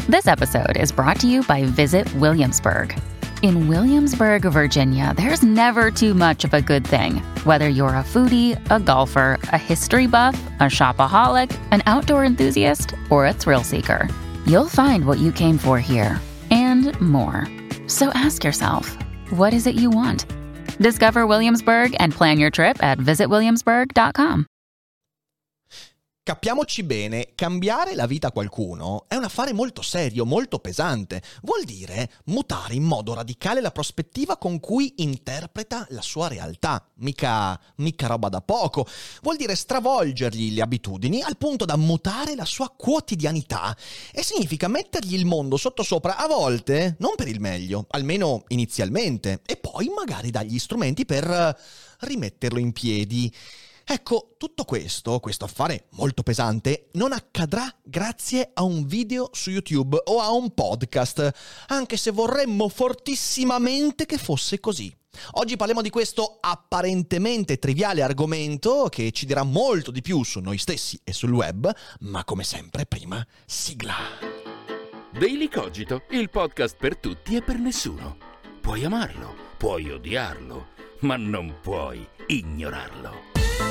This episode is brought to you by Visit Williamsburg. In Williamsburg, Virginia, there's never too much of a good thing. Whether you're a foodie, a golfer, a history buff, a shopaholic, an outdoor enthusiast, or a thrill seeker, you'll find what you came for here and more. So ask yourself, what is it you want? Discover Williamsburg and plan your trip at visitwilliamsburg.com. Capiamoci bene, cambiare la vita a qualcuno è un affare molto serio, molto pesante. Vuol dire mutare in modo radicale la prospettiva con cui interpreta la sua realtà. Mica roba da poco. Vuol dire stravolgergli le abitudini al punto da mutare la sua quotidianità. E significa mettergli il mondo sottosopra, a volte non per il meglio, almeno inizialmente, e poi magari dargli strumenti per rimetterlo in piedi. Ecco, tutto questo affare molto pesante, non accadrà grazie a un video su YouTube o a un podcast, anche se vorremmo fortissimamente che fosse così. Oggi parliamo di questo apparentemente triviale argomento che ci dirà molto di più su noi stessi e sul web, ma come sempre prima, sigla. Daily Cogito, il podcast per tutti e per nessuno. Puoi amarlo, puoi odiarlo, ma non puoi ignorarlo.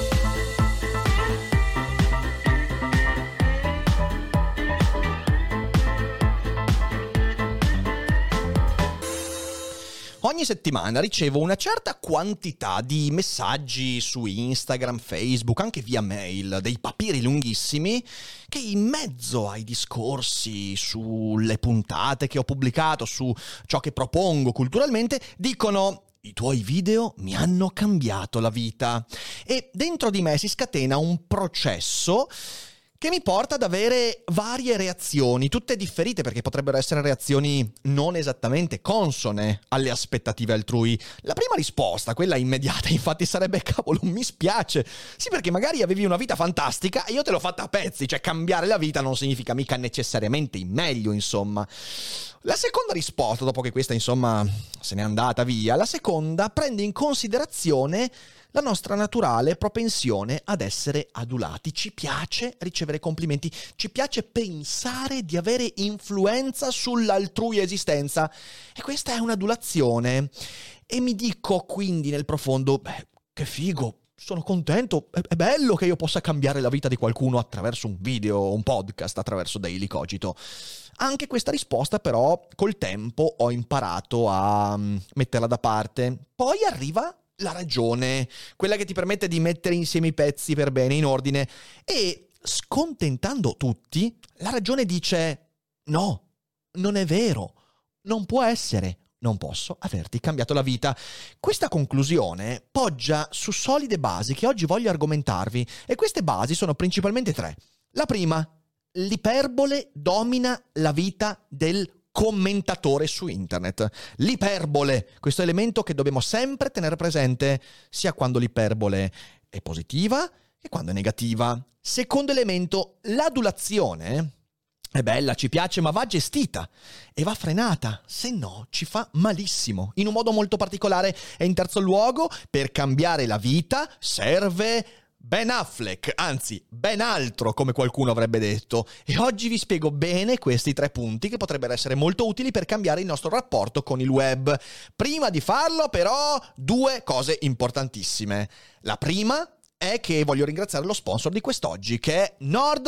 Ogni settimana ricevo una certa quantità di messaggi su Instagram, Facebook, anche via mail, dei papiri lunghissimi che in mezzo ai discorsi sulle puntate che ho pubblicato, su ciò che propongo culturalmente, dicono: i tuoi video mi hanno cambiato la vita. E dentro di me si scatena un processo che mi porta ad avere varie reazioni, tutte differite perché potrebbero essere reazioni non esattamente consone alle aspettative altrui. La prima risposta, quella immediata, infatti sarebbe: cavolo, mi spiace. Sì, perché magari avevi una vita fantastica e io te l'ho fatta a pezzi, cioè cambiare la vita non significa mica necessariamente in meglio, insomma. La seconda risposta, dopo che questa, insomma, se n'è andata via, la seconda prende in considerazione la nostra naturale propensione ad essere adulati. Ci piace ricevere complimenti, ci piace pensare di avere influenza sull'altrui esistenza, e questa è un'adulazione. E mi dico quindi nel profondo: beh, che figo, sono contento, è bello che io possa cambiare la vita di qualcuno attraverso un video, un podcast, attraverso Daily Cogito. Anche questa risposta però col tempo ho imparato a metterla da parte. Poi arriva la ragione, quella che ti permette di mettere insieme i pezzi per bene, in ordine, e scontentando tutti, la ragione dice: no, non è vero, non può essere, non posso averti cambiato la vita. Questa conclusione poggia su solide basi che oggi voglio argomentarvi, e queste basi sono principalmente tre. La prima: l'iperbole domina la vita del commentatore su internet. L'iperbole, questo elemento che dobbiamo sempre tenere presente, sia quando l'iperbole è positiva che quando è negativa. Secondo elemento, l'adulazione è bella, ci piace, ma va gestita e va frenata, se no ci fa malissimo, in un modo molto particolare. E in terzo luogo, per cambiare la vita serve Ben Affleck, anzi ben altro, come qualcuno avrebbe detto. E oggi vi spiego bene questi tre punti che potrebbero essere molto utili per cambiare il nostro rapporto con il web. Prima di farlo però, due cose importantissime. La prima è che voglio ringraziare lo sponsor di quest'oggi, che è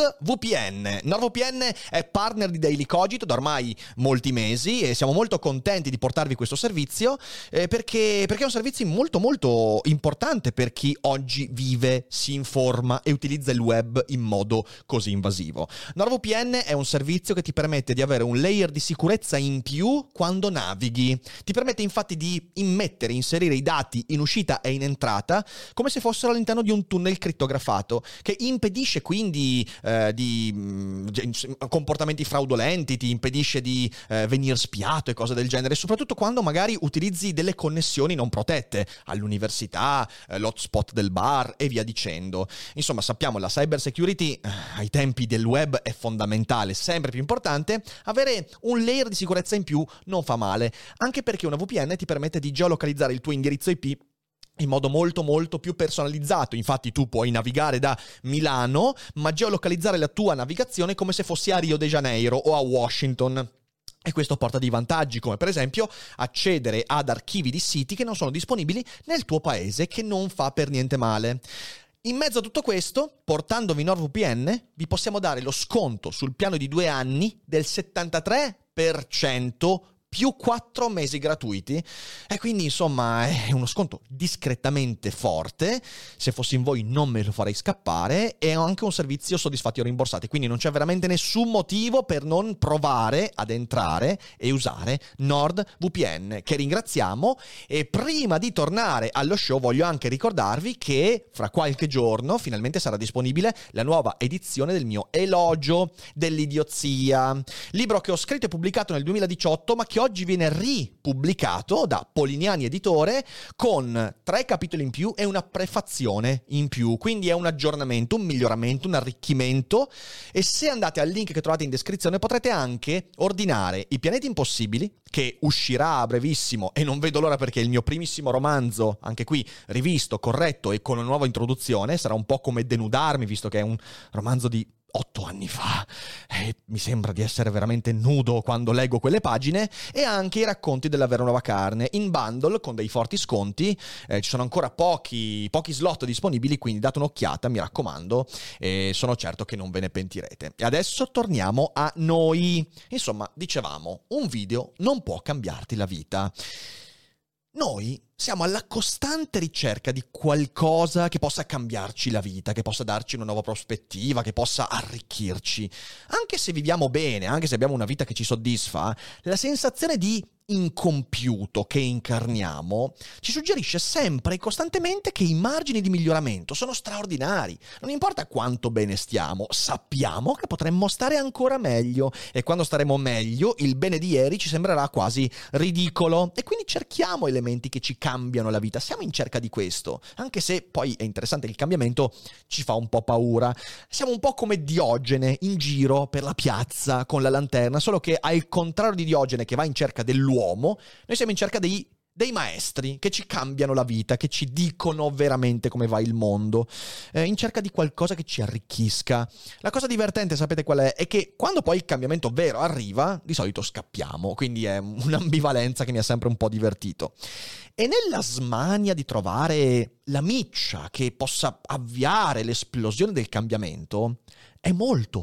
NordVPN. NordVPN è partner di Daily Cogito da ormai molti mesi e siamo molto contenti di portarvi questo servizio perché è un servizio molto molto importante per chi oggi vive, si informa e utilizza il web in modo così invasivo. NordVPN è un servizio che ti permette di avere un layer di sicurezza in più quando navighi. Ti permette infatti di inserire i dati in uscita e in entrata come se fossero all'interno di un tunnel crittografato, che impedisce quindi comportamenti fraudolenti, ti impedisce di venire spiato e cose del genere, soprattutto quando magari utilizzi delle connessioni non protette all'università, l'hotspot del bar e via dicendo. Insomma, sappiamo, la cyber security ai tempi del web è fondamentale, sempre più importante. Avere un layer di sicurezza in più non fa male, anche perché una VPN ti permette di geolocalizzare il tuo indirizzo IP in modo molto molto più personalizzato. Infatti tu puoi navigare da Milano, ma geolocalizzare la tua navigazione come se fossi a Rio de Janeiro o a Washington. E questo porta dei vantaggi, come per esempio accedere ad archivi di siti che non sono disponibili nel tuo paese, che non fa per niente male. In mezzo a tutto questo, portandovi NordVPN, vi possiamo dare lo sconto sul piano di 2 anni del 73% più 4 mesi gratuiti, e quindi insomma è uno sconto discretamente forte. Se fossi in voi non me lo farei scappare, e anche un servizio soddisfatti o rimborsati, quindi non c'è veramente nessun motivo per non provare ad entrare e usare NordVPN, che ringraziamo. E prima di tornare allo show voglio anche ricordarvi che fra qualche giorno finalmente sarà disponibile la nuova edizione del mio Elogio dell'idiozia, libro che ho scritto e pubblicato nel 2018, ma che oggi viene ripubblicato da Polignani Editore con 3 capitoli in più e una prefazione in più. Quindi è un aggiornamento, un miglioramento, un arricchimento. E se andate al link che trovate in descrizione potrete anche ordinare I Pianeti Impossibili, che uscirà a brevissimo, e non vedo l'ora perché è il mio primissimo romanzo, anche qui rivisto, corretto e con una nuova introduzione. Sarà un po' come denudarmi, visto che è un romanzo di 8 anni fa, e mi sembra di essere veramente nudo quando leggo quelle pagine. E anche I Racconti della vera nuova carne in bundle con dei forti sconti. Ci sono ancora pochi slot disponibili, quindi date un'occhiata, mi raccomando, e sono certo che non ve ne pentirete. E adesso torniamo a noi. Insomma, dicevamo, un video non può cambiarti la vita. Noi siamo alla costante ricerca di qualcosa che possa cambiarci la vita, che possa darci una nuova prospettiva, che possa arricchirci. Anche se viviamo bene, anche se abbiamo una vita che ci soddisfa, la sensazione di incompiuto che incarniamo ci suggerisce sempre e costantemente che i margini di miglioramento sono straordinari. Non importa quanto bene stiamo, sappiamo che potremmo stare ancora meglio, e quando staremo meglio il bene di ieri ci sembrerà quasi ridicolo, e quindi cerchiamo elementi che ci cambiano la vita. Siamo in cerca di questo, anche se poi è interessante che il cambiamento ci fa un po' paura. Siamo un po' come Diogene in giro per la piazza con la lanterna, solo che al contrario di Diogene che va in cerca dell'uomo, noi siamo in cerca dei maestri che ci cambiano la vita, che ci dicono veramente come va il mondo, in cerca di qualcosa che ci arricchisca. La cosa divertente, sapete qual è? È che quando poi il cambiamento vero arriva, di solito scappiamo, quindi è un'ambivalenza che mi ha sempre un po' divertito. E nella smania di trovare la miccia che possa avviare l'esplosione del cambiamento, è molto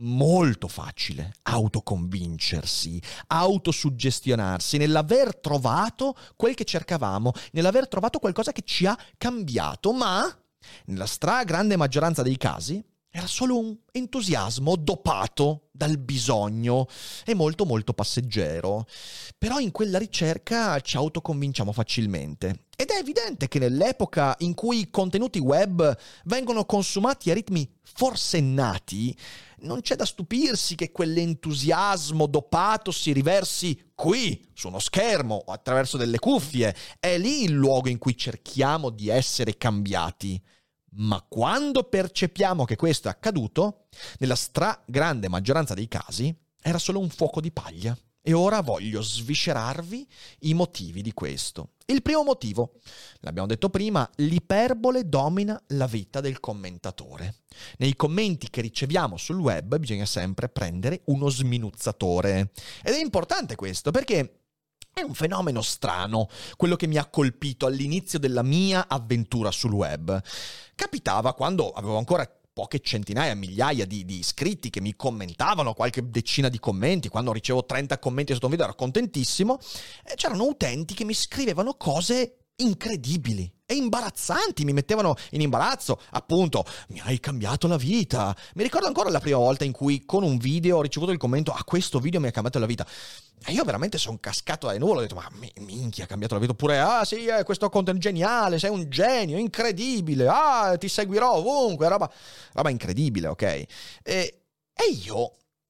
facile autoconvincersi, autosuggestionarsi nell'aver trovato quel che cercavamo, nell'aver trovato qualcosa che ci ha cambiato, ma nella stragrande maggioranza dei casi era solo un entusiasmo dopato dal bisogno e molto passeggero. Però in quella ricerca ci autoconvinciamo facilmente. Ed è evidente che nell'epoca in cui i contenuti web vengono consumati a ritmi forsennati, non c'è da stupirsi che quell'entusiasmo dopato si riversi qui, su uno schermo o attraverso delle cuffie. È lì il luogo in cui cerchiamo di essere cambiati. Ma quando percepiamo che questo è accaduto, nella stragrande maggioranza dei casi, era solo un fuoco di paglia. E ora voglio sviscerarvi i motivi di questo. Il primo motivo, l'abbiamo detto prima, l'iperbole domina la vita del commentatore. Nei commenti che riceviamo sul web bisogna sempre prendere uno sminuzzatore. Ed è importante questo perché è un fenomeno strano, quello che mi ha colpito all'inizio della mia avventura sul web. Capitava quando avevo ancora poche centinaia, migliaia di iscritti che mi commentavano, qualche decina di commenti. Quando ricevo 30 commenti sotto un video ero contentissimo. C'erano utenti che mi scrivevano cose incredibili e imbarazzanti, mi mettevano in imbarazzo. Appunto, mi hai cambiato la vita. Mi ricordo ancora la prima volta in cui con un video ho ricevuto il commento: questo video mi ha cambiato la vita. E io veramente sono cascato dalle nuvole, ho detto: ma minchia, ha cambiato la vita. Oppure, sì, questo content geniale, sei un genio, incredibile, ti seguirò ovunque, roba incredibile, ok? E io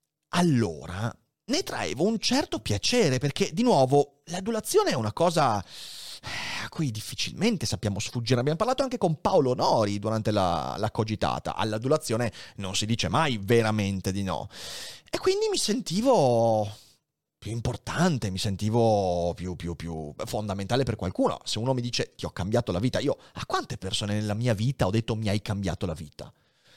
allora ne traevo un certo piacere, perché di nuovo l'adulazione è una cosa a cui difficilmente sappiamo sfuggire. Abbiamo parlato anche con Paolo Nori durante la cogitata. All'adulazione non si dice mai veramente di no. E quindi mi sentivo importante, mi sentivo più fondamentale per qualcuno. Se uno mi dice ti ho cambiato la vita, io a quante persone nella mia vita ho detto mi hai cambiato la vita?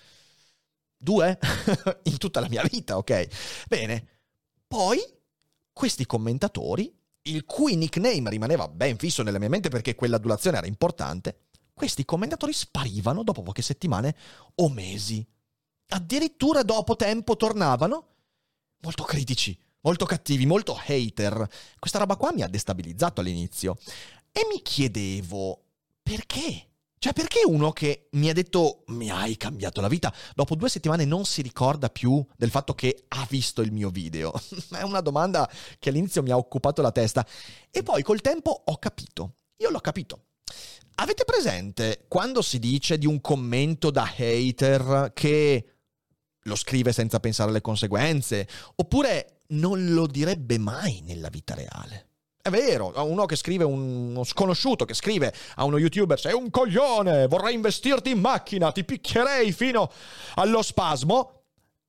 2? In tutta la mia vita, ok? Bene, poi questi commentatori, il cui nickname rimaneva ben fisso nella mia mente perché quell'adulazione era importante, questi commentatori sparivano dopo poche settimane o mesi. Addirittura dopo tempo tornavano molto critici, molto cattivi, molto hater. Questa roba qua mi ha destabilizzato all'inizio e mi chiedevo perché? Cioè, perché uno che mi ha detto mi hai cambiato la vita, dopo 2 settimane non si ricorda più del fatto che ha visto il mio video? È una domanda che all'inizio mi ha occupato la testa e poi col tempo ho capito. Io l'ho capito. Avete presente quando si dice di un commento da hater che lo scrive senza pensare alle conseguenze, oppure non lo direbbe mai nella vita reale? È vero, uno che scrive, uno sconosciuto che scrive a uno youtuber sei un coglione, vorrei investirti in macchina, ti picchierei fino allo spasmo,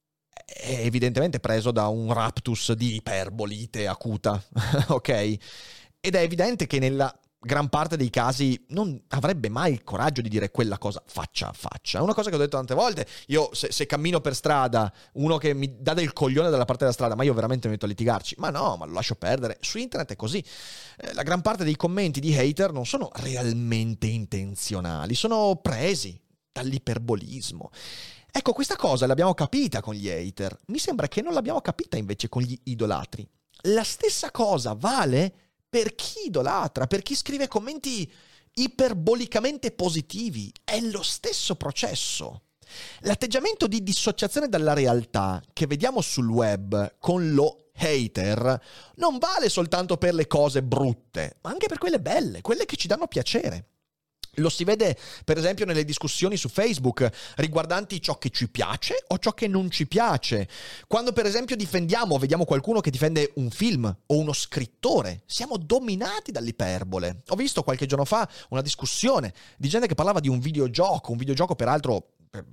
è evidentemente preso da un raptus di iperbolite acuta, ok? Ed è evidente che nella gran parte dei casi non avrebbe mai il coraggio di dire quella cosa faccia a faccia. È una cosa che ho detto tante volte. Io se cammino per strada, uno che mi dà del coglione dalla parte della strada, ma io veramente mi metto a litigarci? Ma no, ma lo lascio perdere. Su internet è così. La gran parte dei commenti di hater non sono realmente intenzionali, sono presi dall'iperbolismo. Ecco, questa cosa l'abbiamo capita con gli hater. Mi sembra che non l'abbiamo capita invece con gli idolatri. La stessa cosa vale per chi idolatra, per chi scrive commenti iperbolicamente positivi. È lo stesso processo. L'atteggiamento di dissociazione dalla realtà che vediamo sul web con lo hater non vale soltanto per le cose brutte, ma anche per quelle belle, quelle che ci danno piacere. Lo si vede per esempio nelle discussioni su Facebook riguardanti ciò che ci piace o ciò che non ci piace. Quando per esempio vediamo qualcuno che difende un film o uno scrittore, siamo dominati dall'iperbole. Ho visto qualche giorno fa una discussione di gente che parlava di un videogioco peraltro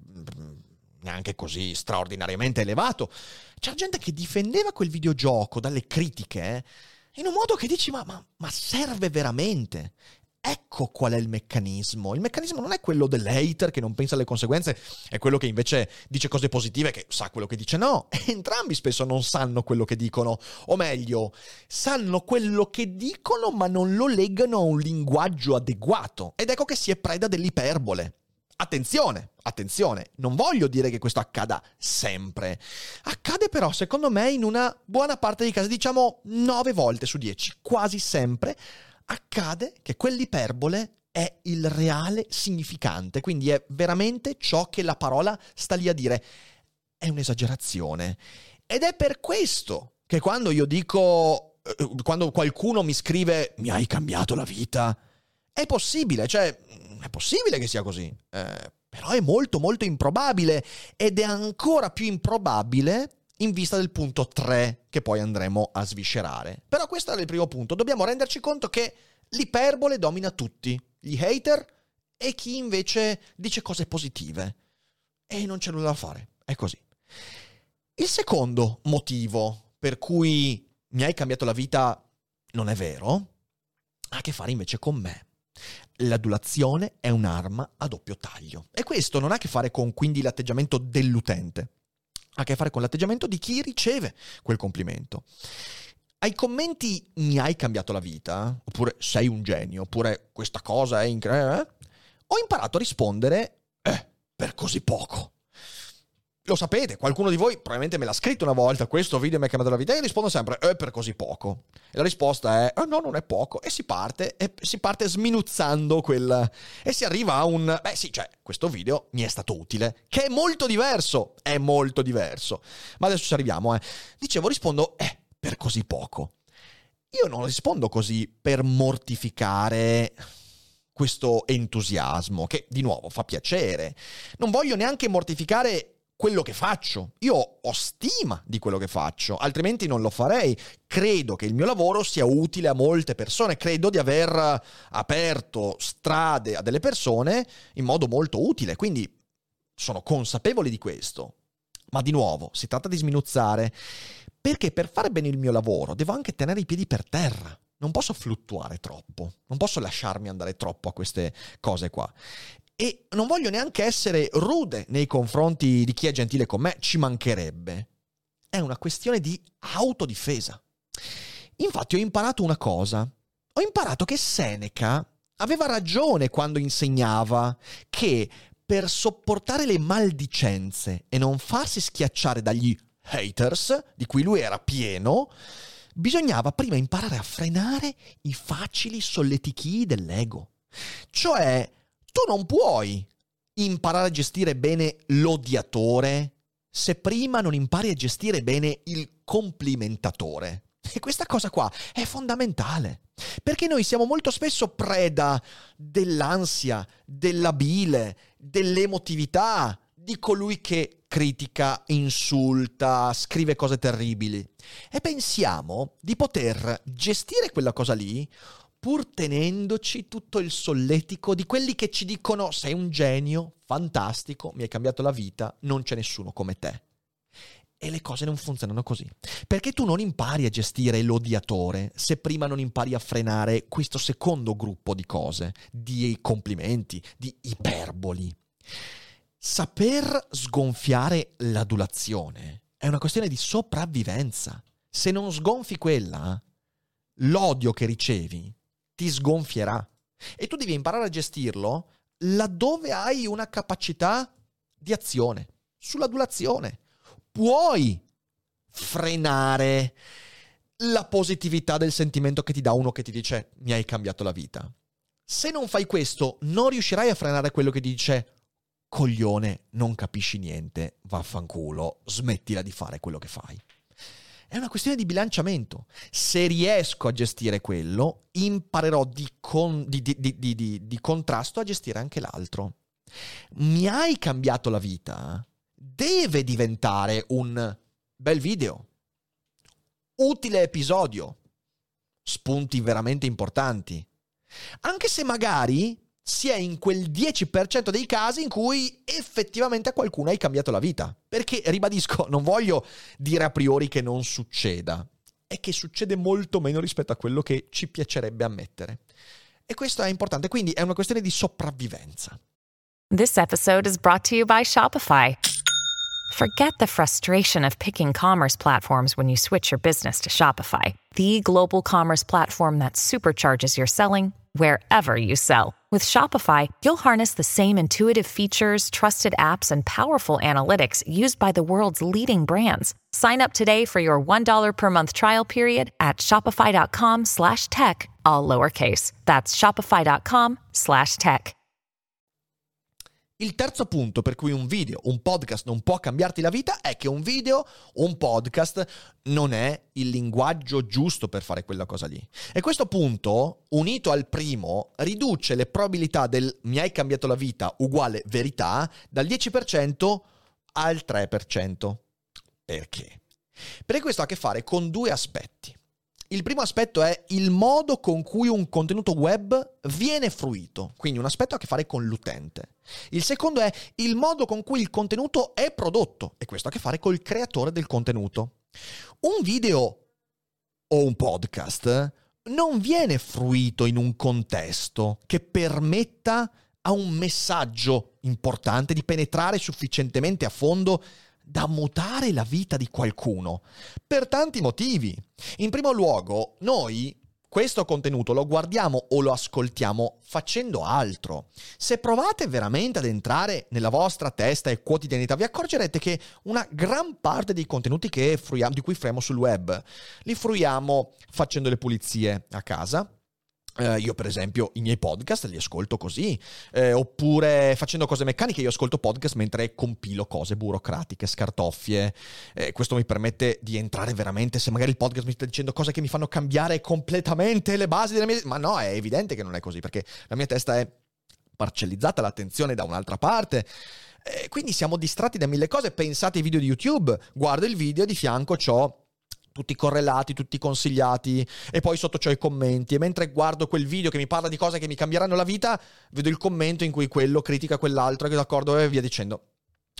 neanche così straordinariamente elevato. C'era gente che difendeva quel videogioco dalle critiche in un modo che dici ma serve veramente? Ecco qual è il meccanismo. Il meccanismo non è quello dell'hater che non pensa alle conseguenze, è quello che invece dice cose positive, che sa quello che dice. No, entrambi spesso non sanno quello che dicono, o meglio, sanno quello che dicono ma non lo legano a un linguaggio adeguato. Ed ecco che si è preda dell'iperbole. Attenzione, non voglio dire che questo accada sempre. Accade però, secondo me, in una buona parte dei casi, diciamo 9 volte su 10, quasi sempre, accade che quell'iperbole è il reale significante, quindi è veramente ciò che la parola sta lì a dire. È un'esagerazione. Ed è per questo che quando quando qualcuno mi scrive mi hai cambiato la vita, è possibile che sia così, però è molto molto improbabile, ed è ancora più improbabile in vista del punto 3 che poi andremo a sviscerare. Però questo era il primo punto. Dobbiamo renderci conto che l'iperbole domina tutti, gli hater e chi invece dice cose positive. E non c'è nulla da fare, è così. Il secondo motivo per cui mi hai cambiato la vita non è vero, ha a che fare invece con me. L'adulazione è un'arma a doppio taglio. E questo non ha a che fare con quindi l'atteggiamento dell'utente, ha a che fare con l'atteggiamento di chi riceve quel complimento. Ai commenti mi hai cambiato la vita, oppure sei un genio, oppure questa cosa è incredibile, ho imparato a rispondere per così poco. Lo sapete, qualcuno di voi probabilmente me l'ha scritto una volta, questo video mi ha cambiato la vita, e io rispondo sempre per così poco. E la risposta è no, non è poco, e si parte sminuzzando e si arriva a un questo video mi è stato utile, che è molto diverso. Ma adesso ci arriviamo. Dicevo, rispondo per così poco. Io non rispondo così per mortificare questo entusiasmo, che di nuovo fa piacere. Non voglio neanche mortificare quello che faccio. Io ho stima di quello che faccio, altrimenti non lo farei. Credo che il mio lavoro sia utile a molte persone, credo di aver aperto strade a delle persone in modo molto utile, quindi sono consapevole di questo. Ma di nuovo, si tratta di sminuzzare. Perché per fare bene il mio lavoro devo anche tenere i piedi per terra. Non posso fluttuare troppo, non posso lasciarmi andare troppo a queste cose qua. E non voglio neanche essere rude nei confronti di chi è gentile con me, ci mancherebbe. È una questione di autodifesa. Infatti ho imparato una cosa. Ho imparato che Seneca aveva ragione quando insegnava che per sopportare le maldicenze e non farsi schiacciare dagli haters, di cui lui era pieno, bisognava prima imparare a frenare i facili solletichii dell'ego. Cioè, tu non puoi imparare a gestire bene l'odiatore se prima non impari a gestire bene il complimentatore. E questa cosa qua è fondamentale, perché noi siamo molto spesso preda dell'ansia, della bile, dell'emotività di colui che critica, insulta, scrive cose terribili. E pensiamo di poter gestire quella cosa lì pur tenendoci tutto il solletico di quelli che ci dicono sei un genio, fantastico, mi hai cambiato la vita, non c'è nessuno come te. E le cose non funzionano così, perché tu non impari a gestire l'odiatore se prima non impari a frenare questo secondo gruppo di cose, di complimenti, di iperboli. Saper sgonfiare l'adulazione è una questione di sopravvivenza. Se non sgonfi quella, l'odio che ricevi ti sgonfierà e tu devi imparare a gestirlo laddove hai una capacità di azione. Sull'adulazione puoi frenare la positività del sentimento che ti dà uno che ti dice mi hai cambiato la vita. Se non fai questo, non riuscirai a frenare quello che ti dice coglione, non capisci niente, vaffanculo, smettila di fare quello che fai. È una questione di bilanciamento. Se riesco a gestire quello, imparerò di contrasto a gestire anche l'altro. Mi hai cambiato la vita? Deve diventare un bel video, utile episodio, spunti veramente importanti. Anche se magari si è in quel 10% dei casi in cui effettivamente a qualcuno hai cambiato la vita. Perché, ribadisco, non voglio dire a priori che non succeda. È che succede molto meno rispetto a quello che ci piacerebbe ammettere. E questo è importante, quindi è una questione di sopravvivenza. This episode is brought to you by Shopify. Forget the frustration of picking commerce platforms when you switch your business to Shopify, the global commerce platform that supercharges your selling wherever you sell. With Shopify, you'll harness the same intuitive features, trusted apps, and powerful analytics used by the world's leading brands. Sign up today for your $1 per month trial period at shopify.com/tech, all lowercase. That's shopify.com/tech. Il terzo punto per cui un video, un podcast non può cambiarti la vita è che un video, un podcast non è il linguaggio giusto per fare quella cosa lì. E questo punto, unito al primo, riduce le probabilità del mi hai cambiato la vita uguale verità dal 10% al 3%. Perché? Perché questo ha a che fare con due aspetti. Il primo aspetto è il modo con cui un contenuto web viene fruito, quindi un aspetto ha a che fare con l'utente. Il secondo è il modo con cui il contenuto è prodotto, e questo ha a che fare col creatore del contenuto. Un video o un podcast non viene fruito in un contesto che permetta a un messaggio importante di penetrare sufficientemente a fondo da mutare la vita di qualcuno, per tanti motivi. In primo luogo, noi questo contenuto lo guardiamo o lo ascoltiamo facendo altro. Se provate veramente ad entrare nella vostra testa e quotidianità, vi accorgerete che una gran parte dei contenuti che fruiamo, di cui fruiamo sul web, li fruiamo facendo le pulizie a casa. Io per esempio i miei podcast li ascolto così, oppure facendo cose meccaniche io ascolto podcast mentre compilo cose burocratiche, scartoffie. Questo mi permette di entrare veramente, se magari il podcast mi sta dicendo cose che mi fanno cambiare completamente le basi della mia... Ma no, è evidente che non è così, perché la mia testa è parcellizzata, l'attenzione da un'altra parte. Quindi siamo distratti da mille cose. Pensate ai video di YouTube, guardo il video, di fianco c'ho tutti correlati, tutti consigliati, e poi sotto c'ho i commenti, e mentre guardo quel video che mi parla di cose che mi cambieranno la vita, vedo il commento in cui quello critica quell'altro, che d'accordo, e via dicendo.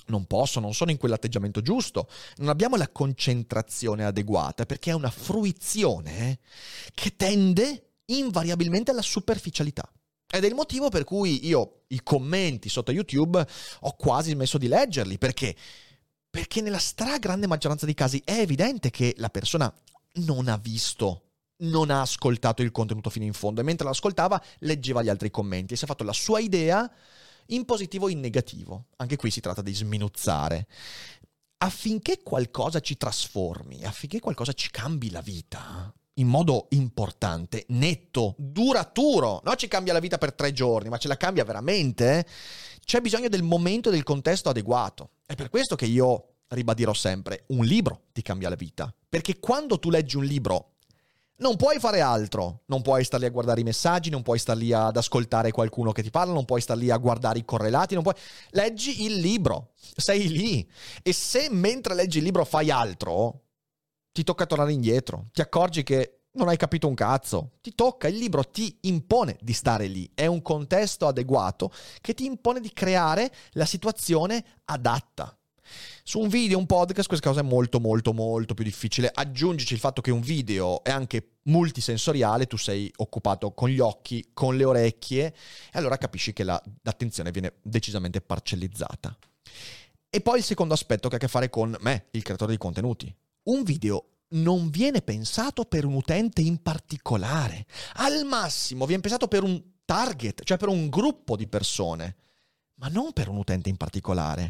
non sono in quell'atteggiamento giusto, non abbiamo la concentrazione adeguata, perché è una fruizione che tende invariabilmente alla superficialità. Ed è il motivo per cui io i commenti sotto YouTube ho quasi smesso di leggerli, perché nella stragrande maggioranza dei casi è evidente che la persona non ha visto, non ha ascoltato il contenuto fino in fondo, e mentre l'ascoltava leggeva gli altri commenti e si è fatto la sua idea in positivo o in negativo. Anche qui si tratta di sminuzzare. Affinché qualcosa ci trasformi, affinché qualcosa ci cambi la vita in modo importante, netto, duraturo, non ci cambia la vita per 3 giorni, ma ce la cambia veramente, c'è bisogno del momento e del contesto adeguato. È per questo che io ribadirò sempre, un libro ti cambia la vita. Perché quando tu leggi un libro non puoi fare altro, non puoi star lì a guardare i messaggi, non puoi star lì ad ascoltare qualcuno che ti parla, non puoi star lì a guardare i correlati, leggi il libro, sei lì. E se mentre leggi il libro fai altro, ti tocca tornare indietro, ti accorgi che non hai capito un cazzo, il libro ti impone di stare lì, è un contesto adeguato che ti impone di creare la situazione adatta. Su un video, un podcast, questa cosa è molto molto molto più difficile. Aggiungici il fatto che un video è anche multisensoriale, tu sei occupato con gli occhi, con le orecchie, e allora capisci che l'attenzione viene decisamente parcellizzata. E poi il secondo aspetto che ha a che fare con me, il creatore di contenuti. Un video non viene pensato per un utente in particolare. Al massimo viene pensato per un target, cioè per un gruppo di persone, ma non per un utente in particolare.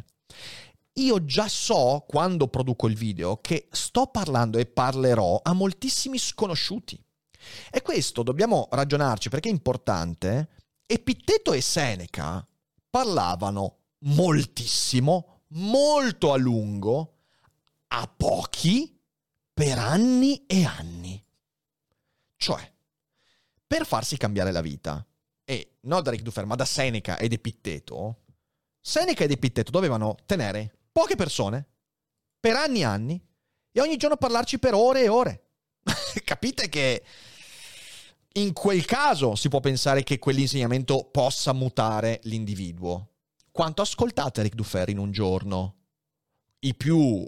Io già so, quando produco il video, che sto parlando e parlerò a moltissimi sconosciuti. E questo dobbiamo ragionarci, perché è importante. Epitteto e Seneca parlavano moltissimo, molto a lungo, a pochi, per anni e anni. Cioè, per farsi cambiare la vita. E non da Ric Dufer, ma da Seneca ed Epitteto. Seneca ed Epitteto dovevano tenere poche persone, per anni e anni, e ogni giorno parlarci per ore e ore. Capite che in quel caso si può pensare che quell'insegnamento possa mutare l'individuo. Quanto ascoltate Ric Dufer in un giorno? I più,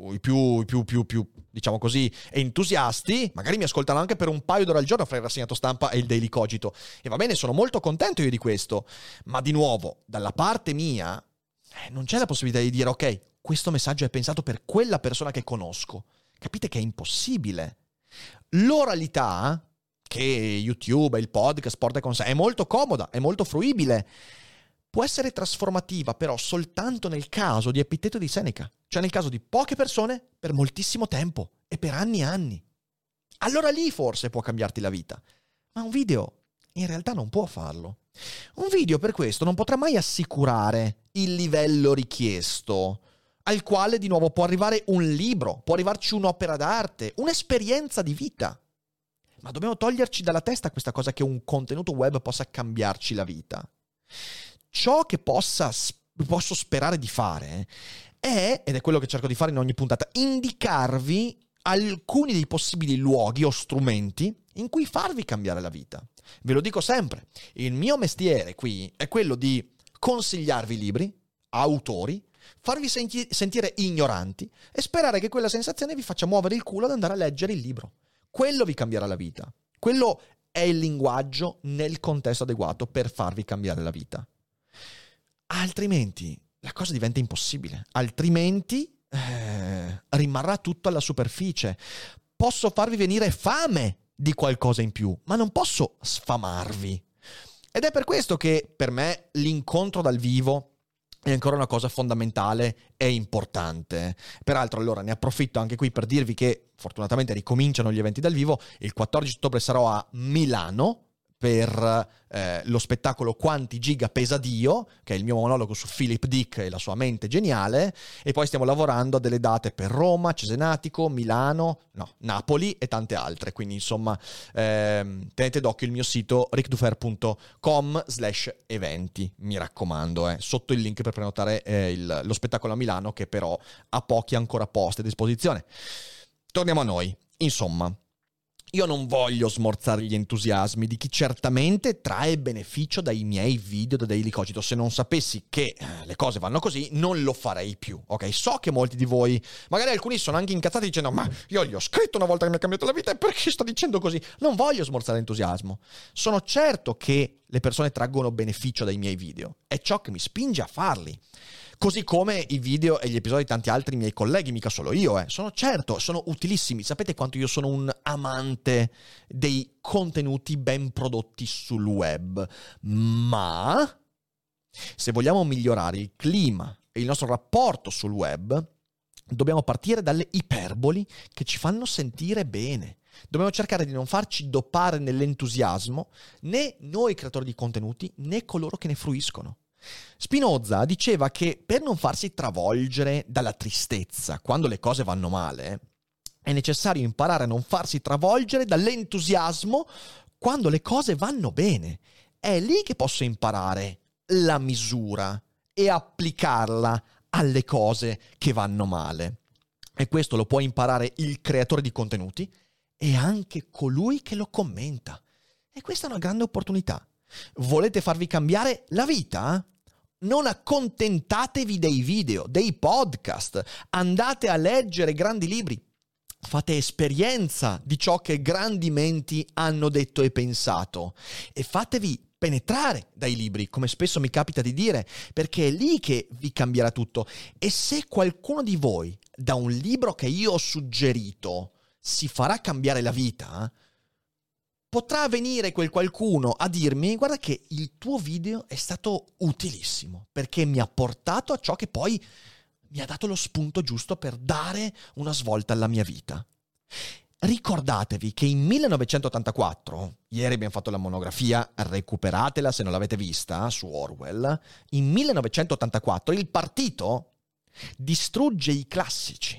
diciamo così, entusiasti, magari mi ascoltano anche per un paio d'ore al giorno fra il rassegnato stampa e il Daily Cogito. E va bene, sono molto contento io di questo. Ma di nuovo, dalla parte mia, non c'è la possibilità di dire, ok, questo messaggio è pensato per quella persona che conosco. Capite che è impossibile. L'oralità, che YouTube e il podcast porta con sé, è molto comoda, è molto fruibile. Può essere trasformativa, però soltanto nel caso di Epitteto e di Seneca. Cioè nel caso di poche persone per moltissimo tempo e per anni e anni. Allora lì forse può cambiarti la vita. Ma un video in realtà non può farlo. Un video per questo non potrà mai assicurare il livello richiesto, al quale di nuovo può arrivare un libro, può arrivarci un'opera d'arte, un'esperienza di vita. Ma dobbiamo toglierci dalla testa questa cosa che un contenuto web possa cambiarci la vita. Ciò che posso sperare di fare ed è quello che cerco di fare in ogni puntata, indicarvi alcuni dei possibili luoghi o strumenti in cui farvi cambiare la vita. Ve lo dico sempre, il mio mestiere qui è quello di consigliarvi libri, autori, farvi sentire ignoranti e sperare che quella sensazione vi faccia muovere il culo ad andare a leggere il libro. Quello vi cambierà la vita. Quello è il linguaggio nel contesto adeguato per farvi cambiare la vita. Altrimenti la cosa diventa impossibile. Altrimenti rimarrà tutto alla superficie. Posso farvi venire fame di qualcosa in più, ma non posso sfamarvi. Ed è per questo che per me l'incontro dal vivo è ancora una cosa fondamentale e importante. Peraltro, allora, ne approfitto anche qui per dirvi che fortunatamente ricominciano gli eventi dal vivo. Il 14 ottobre sarò a Milano per lo spettacolo Quanti giga pesa Dio, che è il mio monologo su Philip Dick e la sua mente geniale, e poi stiamo lavorando a delle date per Roma, Cesenatico, Milano, Napoli e tante altre. Quindi insomma tenete d'occhio il mio sito ricdufer.com/eventi, mi raccomando, sotto il link per prenotare lo spettacolo a Milano, che però ha pochi ancora posti a disposizione. Torniamo a noi. Insomma, Io non voglio smorzare gli entusiasmi di chi certamente trae beneficio dai miei video da Daily Cogito. Se non sapessi che le cose vanno così, non lo farei più, ok? So che molti di voi, magari alcuni sono anche incazzati dicendo ma io gli ho scritto una volta che mi ha cambiato la vita e perché sto dicendo così? Non voglio smorzare entusiasmo. Sono certo che le persone traggono beneficio dai miei video. È ciò che mi spinge a farli. Così come i video e gli episodi di tanti altri miei colleghi, mica solo io, Sono certo, sono utilissimi. Sapete quanto io sono un amante dei contenuti ben prodotti sul web. Ma se vogliamo migliorare il clima e il nostro rapporto sul web, dobbiamo partire dalle iperboli che ci fanno sentire bene. Dobbiamo cercare di non farci dopare nell'entusiasmo né noi creatori di contenuti né coloro che ne fruiscono. Spinoza diceva che per non farsi travolgere dalla tristezza quando le cose vanno male, è necessario imparare a non farsi travolgere dall'entusiasmo quando le cose vanno bene. È lì che posso imparare la misura e applicarla alle cose che vanno male. E questo lo può imparare il creatore di contenuti e anche colui che lo commenta. E questa è una grande opportunità. Volete farvi cambiare la vita? Non accontentatevi dei video, dei podcast, andate a leggere grandi libri, fate esperienza di ciò che grandi menti hanno detto e pensato e fatevi penetrare dai libri, come spesso mi capita di dire, perché è lì che vi cambierà tutto. E se qualcuno di voi, da un libro che io ho suggerito, si farà cambiare la vita, potrà venire quel qualcuno a dirmi guarda che il tuo video è stato utilissimo perché mi ha portato a ciò che poi mi ha dato lo spunto giusto per dare una svolta alla mia vita. Ricordatevi che in 1984, ieri abbiamo fatto la monografia, recuperatela se non l'avete vista, su Orwell, in 1984 il partito distrugge i classici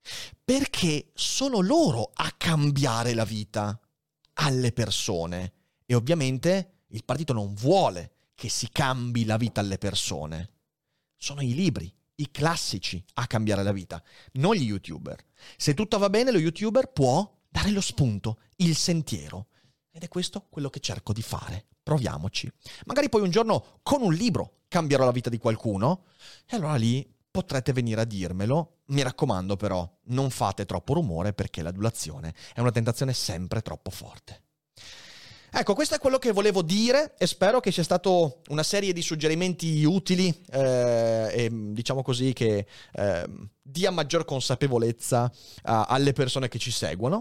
perché sono loro a cambiare la vita alle persone e ovviamente il partito non vuole che si cambi la vita alle persone. Sono i libri, i classici a cambiare la vita, non gli YouTuber. Se tutto va bene, lo YouTuber può dare lo spunto, il sentiero. Ed è questo quello che cerco di fare. Proviamoci. Magari poi un giorno con un libro cambierò la vita di qualcuno e allora lì potrete venire a dirmelo. Mi raccomando però, non fate troppo rumore perché l'adulazione è una tentazione sempre troppo forte. Ecco, questo è quello che volevo dire e spero che sia stato una serie di suggerimenti utili e diciamo così che dia maggior consapevolezza alle persone che ci seguono.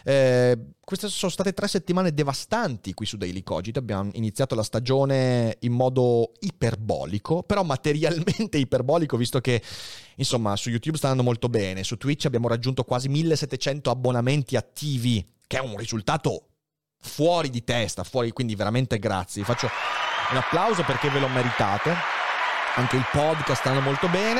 Queste sono state 3 settimane devastanti qui su Daily Cogito. Abbiamo iniziato la stagione in modo iperbolico, però materialmente iperbolico, visto che insomma su YouTube sta andando molto bene, su Twitch abbiamo raggiunto quasi 1700 abbonamenti attivi, che è un risultato fuori di testa, quindi veramente grazie. Vi faccio un applauso perché ve lo meritate. Anche il podcast sta andando molto bene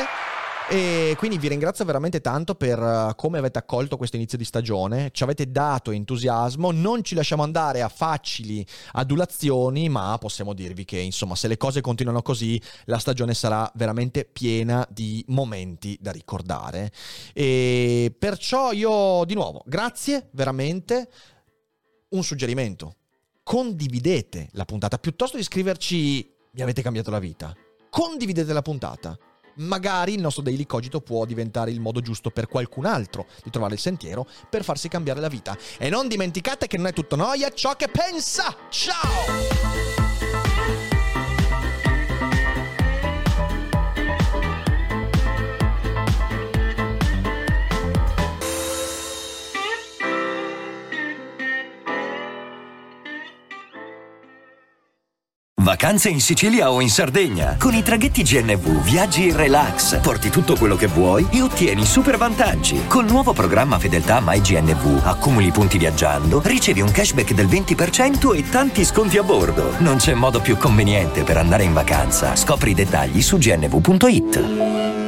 e quindi vi ringrazio veramente tanto per come avete accolto questo inizio di stagione. Ci avete dato entusiasmo, non ci lasciamo andare a facili adulazioni, ma possiamo dirvi che insomma se le cose continuano così la stagione sarà veramente piena di momenti da ricordare. E perciò io di nuovo grazie veramente. Un suggerimento: condividete la puntata piuttosto di scriverci mi avete cambiato la vita. Condividete la puntata, magari il nostro Daily Cogito può diventare il modo giusto per qualcun altro di trovare il sentiero per farsi cambiare la vita. E non dimenticate che non è tutto noia ciò che pensa. Ciao! Vacanze in Sicilia o in Sardegna. Con i traghetti GNV viaggi in relax, porti tutto quello che vuoi e ottieni super vantaggi. Col nuovo programma Fedeltà MyGNV accumuli punti viaggiando, ricevi un cashback del 20% e tanti sconti a bordo. Non c'è modo più conveniente per andare in vacanza. Scopri i dettagli su gnv.it.